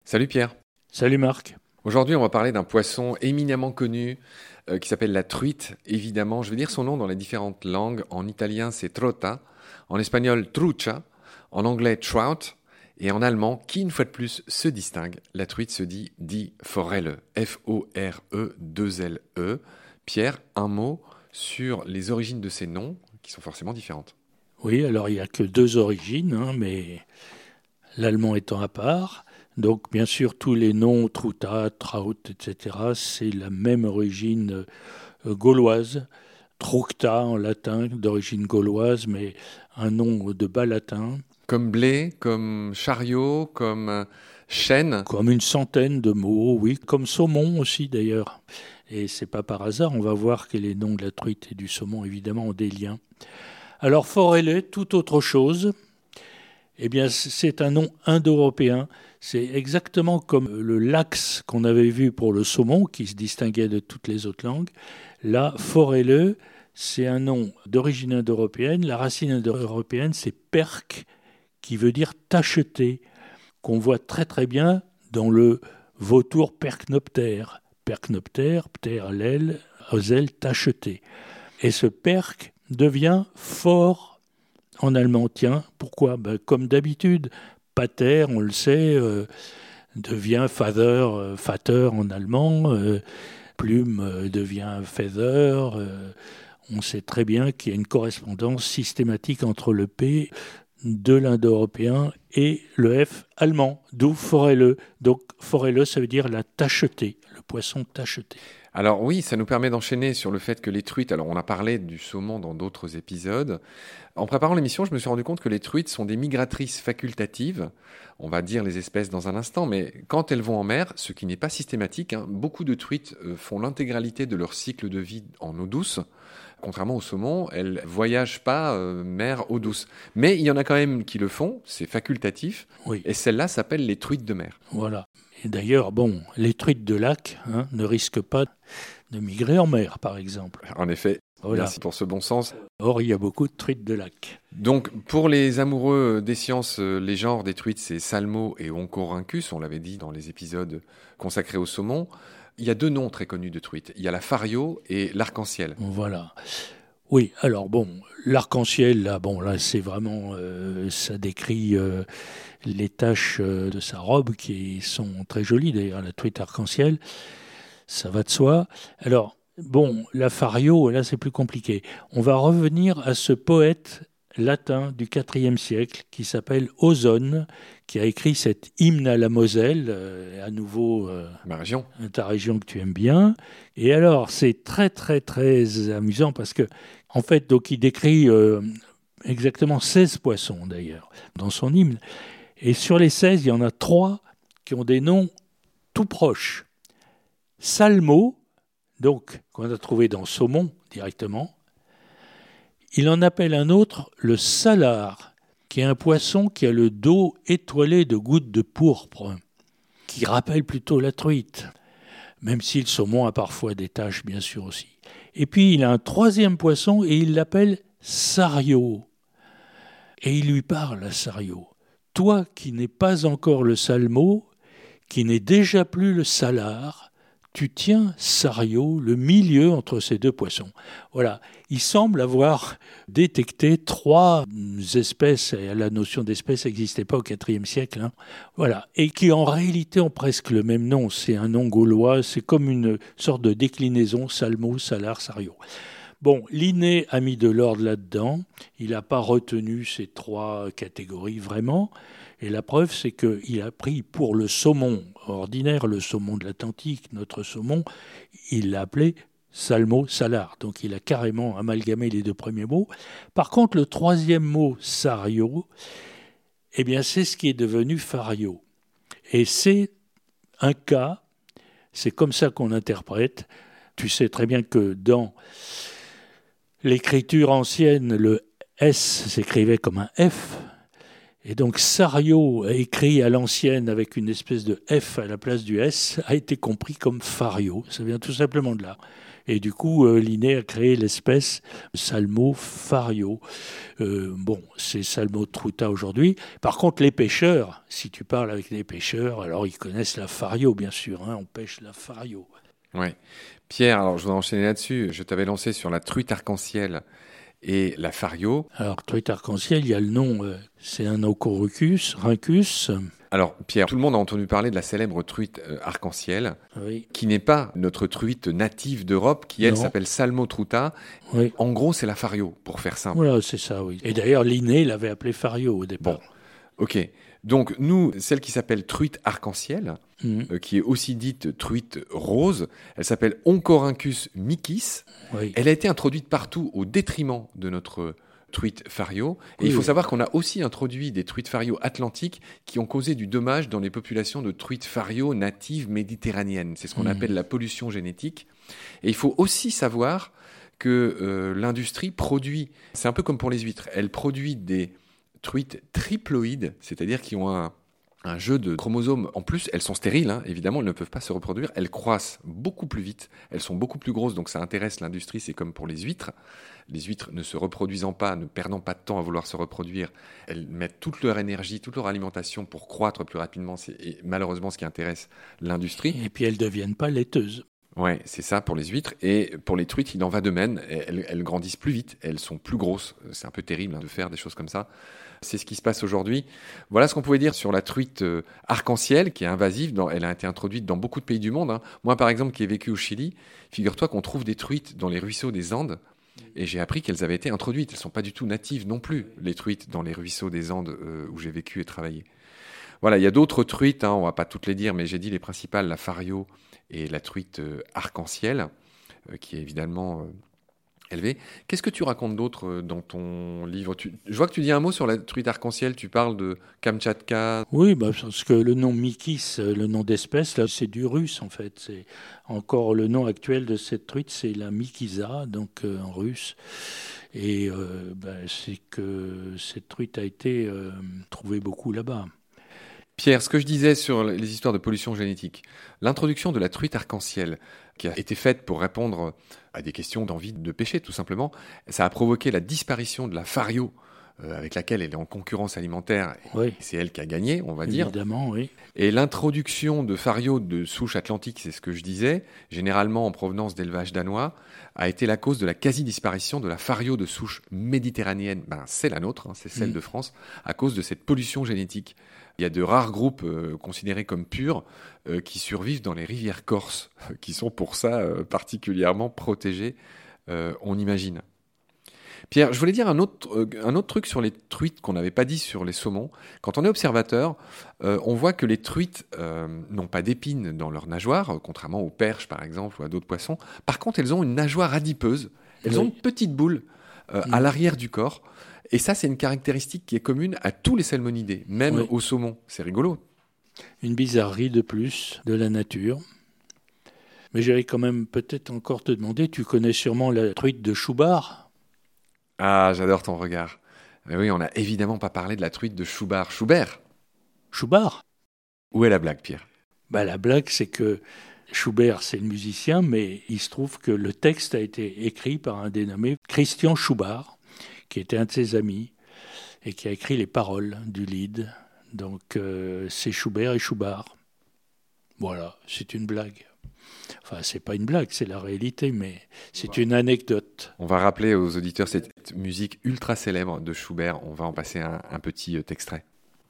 Salut Pierre. Salut Marc. Aujourd'hui, on va parler d'un poisson éminemment connu qui s'appelle la truite. Évidemment, je vais dire son nom dans les différentes langues. En italien, c'est trota. En espagnol, trucha. En anglais, trout. Et en allemand, qui une fois de plus se distingue, la truite se dit Forelle. F-O-R-E-2-L-E. Pierre, un mot sur les origines de ces noms qui sont forcément différentes. Oui, alors il n'y a que deux origines, mais l'allemand étant à part. Donc bien sûr, tous les noms, truta, traut, etc., c'est la même origine gauloise. Tructa en latin, d'origine gauloise, mais un nom de bas latin. Comme blé, comme chariot, comme chêne. Comme une centaine de mots, oui, comme saumon aussi d'ailleurs. Et c'est pas par hasard, on va voir que les noms de la truite et du saumon évidemment ont des liens. Alors forelle, tout autre chose. Eh bien, c'est un nom indo-européen. C'est exactement comme le lax qu'on avait vu pour le saumon, qui se distinguait de toutes les autres langues. Là, forelle, c'est un nom d'origine indo-européenne. La racine indo-européenne, c'est perc, qui veut dire tacheté, qu'on voit très très bien dans le vautour percnoptère. Percnoptère, ptère l'aile, ozel, tacheté. Et ce perc devient fort en allemand. Tiens, pourquoi ? Comme d'habitude, pater, on le sait, devient vater en allemand, plume devient feather. On sait très bien qu'il y a une correspondance systématique entre le P de l'indo-européen et le F allemand, d'où forelle. Donc forelle, ça veut dire la tacheté, le poisson tacheté. Alors oui, ça nous permet d'enchaîner sur le fait que les truites, alors on a parlé du saumon dans d'autres épisodes. En préparant l'émission, je me suis rendu compte que les truites sont des migratrices facultatives. On va dire les espèces dans un instant, mais quand elles vont en mer, ce qui n'est pas systématique, beaucoup de truites font l'intégralité de leur cycle de vie en eau douce. Contrairement au saumon, elles ne voyagent pas mer, eau douce. Mais il y en a quand même qui le font, c'est facultatif. Oui. Et celles-là s'appellent les truites de mer. Voilà. Et d'ailleurs, les truites de lac ne risquent pas de migrer en mer, par exemple. En effet, voilà. Merci pour ce bon sens. Or, il y a beaucoup de truites de lac. Donc, pour les amoureux des sciences, les genres des truites, c'est Salmo et Oncorhynchus, on l'avait dit dans les épisodes consacrés au saumon. Il y a deux noms très connus de truites. Il y a la fario et l'arc-en-ciel. Voilà. Oui, alors l'arc-en-ciel, là c'est vraiment, ça décrit les taches de sa robe qui sont très jolies, d'ailleurs, la truite arc-en-ciel, ça va de soi. Alors, la fario, là c'est plus compliqué. On va revenir à ce poète latin du IVe siècle qui s'appelle Ausone, qui a écrit cet hymne à la Moselle, à nouveau ma région. Ta région que tu aimes bien. Et alors, c'est très très très amusant parce que, en fait, donc il décrit exactement 16 poissons d'ailleurs dans son hymne. Et sur les 16, il y en a 3 qui ont des noms tout proches. Salmo, donc qu'on a trouvé dans saumon directement. Il en appelle un autre le salar, qui est un poisson qui a le dos étoilé de gouttes de pourpre, qui rappelle plutôt la truite, même si le saumon a parfois des taches, bien sûr aussi. Et puis il a un troisième poisson et il l'appelle sario. Et il lui parle à sario. Toi qui n'es pas encore le salmo, qui n'est déjà plus le salar, tu tiens sario, le milieu entre ces deux poissons. Voilà, il semble avoir détecté 3 espèces, et la notion d'espèce n'existait pas au IVe siècle, voilà, et qui en réalité ont presque le même nom, c'est un nom gaulois, c'est comme une sorte de déclinaison, salmo, salar, sario. Linné a mis de l'ordre là-dedans, il n'a pas retenu ces 3 catégories vraiment, et la preuve, c'est qu'il a pris pour le saumon ordinaire, le saumon de l'Atlantique, notre saumon, il l'a appelé salmo salar. Donc il a carrément amalgamé les 2 premiers mots. Par contre, le 3e mot, sario, c'est ce qui est devenu fario. Et c'est un cas, c'est comme ça qu'on interprète. Tu sais très bien que dans l'écriture ancienne, le S s'écrivait comme un F. Et donc sario, écrit à l'ancienne avec une espèce de F à la place du S, a été compris comme fario. Ça vient tout simplement de là. Et du coup, Linné a créé l'espèce Salmo fario. C'est Salmo truta aujourd'hui. Par contre, les pêcheurs, si tu parles avec les pêcheurs, alors ils connaissent la fario, bien sûr. On pêche la fario. Ouais. Pierre, alors je voudrais enchaîner là-dessus. Je t'avais lancé sur la truite arc-en-ciel et la fario. Alors, truite arc-en-ciel, il y a le nom, c'est un Ocorhynchus, Rhynchus. Alors, Pierre, tout le monde a entendu parler de la célèbre truite arc-en-ciel, Oui. qui n'est pas notre truite native d'Europe, qui elle Non. s'appelle Salmo truta. Oui. En gros, c'est la fario, pour faire simple. Voilà, c'est ça, oui. Et d'ailleurs, Linné l'avait appelé fario au départ. Bon, ok. Donc, nous, celle qui s'appelle truite arc-en-ciel, qui est aussi dite truite rose, elle s'appelle Oncorhynchus micis. Oui. Elle a été introduite partout au détriment de notre truite fario. Et il faut savoir qu'on a aussi introduit des truites fario atlantiques qui ont causé du dommage dans les populations de truites fario natives méditerranéennes. C'est ce qu'on appelle la pollution génétique. Et il faut aussi savoir que l'industrie produit, c'est un peu comme pour les huîtres, elle produit des truites triploïdes, c'est-à-dire qui ont un jeu de chromosomes. En plus, elles sont stériles, évidemment, elles ne peuvent pas se reproduire. Elles croissent beaucoup plus vite, elles sont beaucoup plus grosses, donc ça intéresse l'industrie. C'est comme pour les huîtres. Les huîtres ne se reproduisant pas, ne perdant pas de temps à vouloir se reproduire, elles mettent toute leur énergie, toute leur alimentation pour croître plus rapidement. C'est malheureusement ce qui intéresse l'industrie. Et puis elles ne deviennent pas laiteuses. Ouais, c'est ça pour les huîtres. Et pour les truites, il en va de même. Elles grandissent plus vite, elles sont plus grosses. C'est un peu terrible de faire des choses comme ça. C'est ce qui se passe aujourd'hui. Voilà ce qu'on pouvait dire sur la truite arc-en-ciel, qui est invasive. Elle a été introduite dans beaucoup de pays du monde. Moi, par exemple, qui ai vécu au Chili, figure-toi qu'on trouve des truites dans les ruisseaux des Andes. Et j'ai appris qu'elles avaient été introduites. Elles ne sont pas du tout natives non plus, les truites dans les ruisseaux des Andes où j'ai vécu et travaillé. Voilà, il y a d'autres truites, on ne va pas toutes les dire, mais j'ai dit les principales, la fario et la truite arc-en-ciel, qui est évidemment élevée. Qu'est-ce que tu racontes d'autre dans ton livre? Je vois que tu dis un mot sur la truite arc-en-ciel, tu parles de Kamtchatka. Oui, parce que le nom Mikis, le nom d'espèce, là, c'est du russe en fait. C'est encore le nom actuel de cette truite, c'est la Mikisa, donc en russe. Et c'est que cette truite a été trouvée beaucoup là-bas. Pierre, ce que je disais sur les histoires de pollution génétique, l'introduction de la truite arc-en-ciel, qui a été faite pour répondre à des questions d'envie de pêcher, tout simplement, ça a provoqué la disparition de la fario, avec laquelle elle est en concurrence alimentaire. Oui. C'est elle qui a gagné, on va dire. Évidemment, oui. Et l'introduction de fario de souche atlantique, c'est ce que je disais, généralement en provenance d'élevages danois, a été la cause de la quasi-disparition de la fario de souche méditerranéenne. C'est la nôtre, c'est celle de France, à cause de cette pollution génétique. Il y a de rares groupes considérés comme purs qui survivent dans les rivières corses, qui sont pour ça particulièrement protégées, on imagine. Pierre, je voulais dire un autre truc sur les truites qu'on n'avait pas dit sur les saumons. Quand on est observateur, on voit que les truites n'ont pas d'épines dans leur nageoire, contrairement aux perches par exemple ou à d'autres poissons. Par contre, elles ont une nageoire adipeuse. Elles ont une petite boule à l'arrière du corps. Et ça, c'est une caractéristique qui est commune à tous les salmonidés, même aux saumons. C'est rigolo. Une bizarrerie de plus de la nature. Mais j'allais quand même peut-être encore te demander, tu connais sûrement la truite de Choubard? Ah, j'adore ton regard. Mais oui, on n'a évidemment pas parlé de la truite de Choubard. Schubert? Choubard? Où est la blague, Pierre? La blague, c'est que Schubert, c'est le musicien, mais il se trouve que le texte a été écrit par un dénommé Christian Schubart, qui était un de ses amis, et qui a écrit les paroles du Lied. Donc c'est Schubert et Choubard. Voilà, c'est une blague. Enfin, c'est pas une blague, c'est la réalité, mais c'est une anecdote. On va rappeler aux auditeurs cette musique ultra célèbre de Schubert. On va en passer un petit extrait.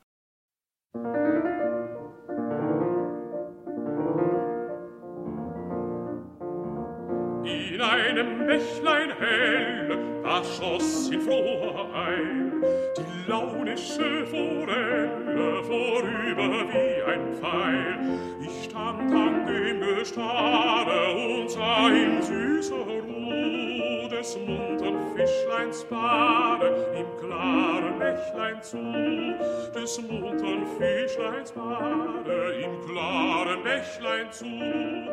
In einem Bächlein hell, da schoss in froher Eil die launische Forelle vorüber wie ein Pfeil. Ich stand an dem Gestade und sah in süßer Ruh des muntern Fischleins Bade im klaren Bächlein zu, des muntern Fischleins Bade im klaren Bächlein zu.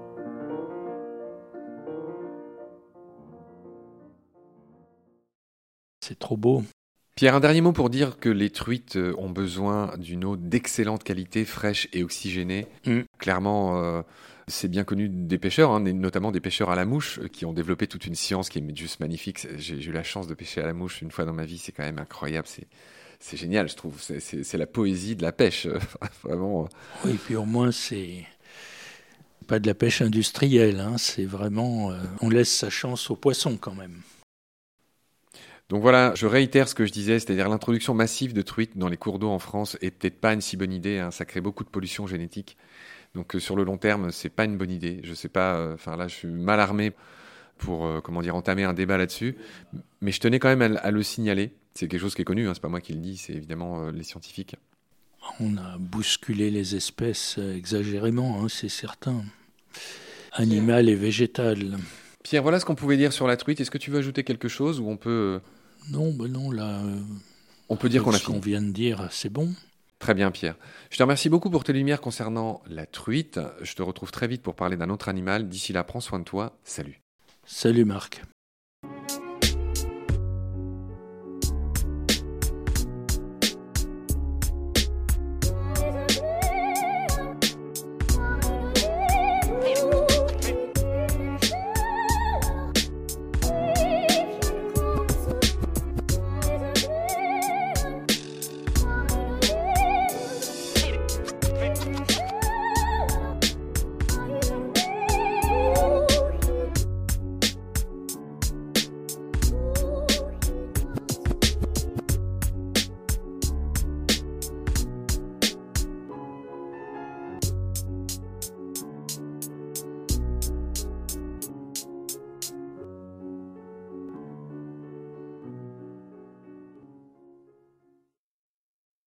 C'est trop beau. Pierre, un dernier mot pour dire que les truites ont besoin d'une eau d'excellente qualité, fraîche et oxygénée. clairement, c'est bien connu des pêcheurs, hein, notamment des pêcheurs à la mouche, qui ont développé toute une science qui est juste magnifique. J'ai eu la chance de pêcher à la mouche une fois dans ma vie, c'est quand même incroyable, c'est génial, je trouve. C'est la poésie de la pêche, vraiment. Oui, puis au moins, c'est pas de la pêche industrielle, hein, c'est vraiment... on laisse sa chance aux poissons quand même. Donc voilà, je réitère ce que je disais, c'est-à-dire l'introduction massive de truites dans les cours d'eau en France est peut-être pas une si bonne idée, hein, ça crée beaucoup de pollution génétique. Donc sur le long terme, c'est pas une bonne idée. Je sais pas, là je suis mal armé pour entamer un débat là-dessus, mais je tenais quand même à le signaler. C'est quelque chose qui est connu, hein, c'est pas moi qui le dis, c'est évidemment les scientifiques. On a bousculé les espèces exagérément, hein, c'est certain. Animales et végétales. Pierre, voilà ce qu'on pouvait dire sur la truite. Est-ce que tu veux ajouter quelque chose ou on peut... Non, là... on peut dire qu'on a fini. Ce qu'on vient de dire, c'est bon. Très bien, Pierre. Je te remercie beaucoup pour tes lumières concernant la truite. Je te retrouve très vite pour parler d'un autre animal. D'ici là, prends soin de toi. Salut. Salut Marc.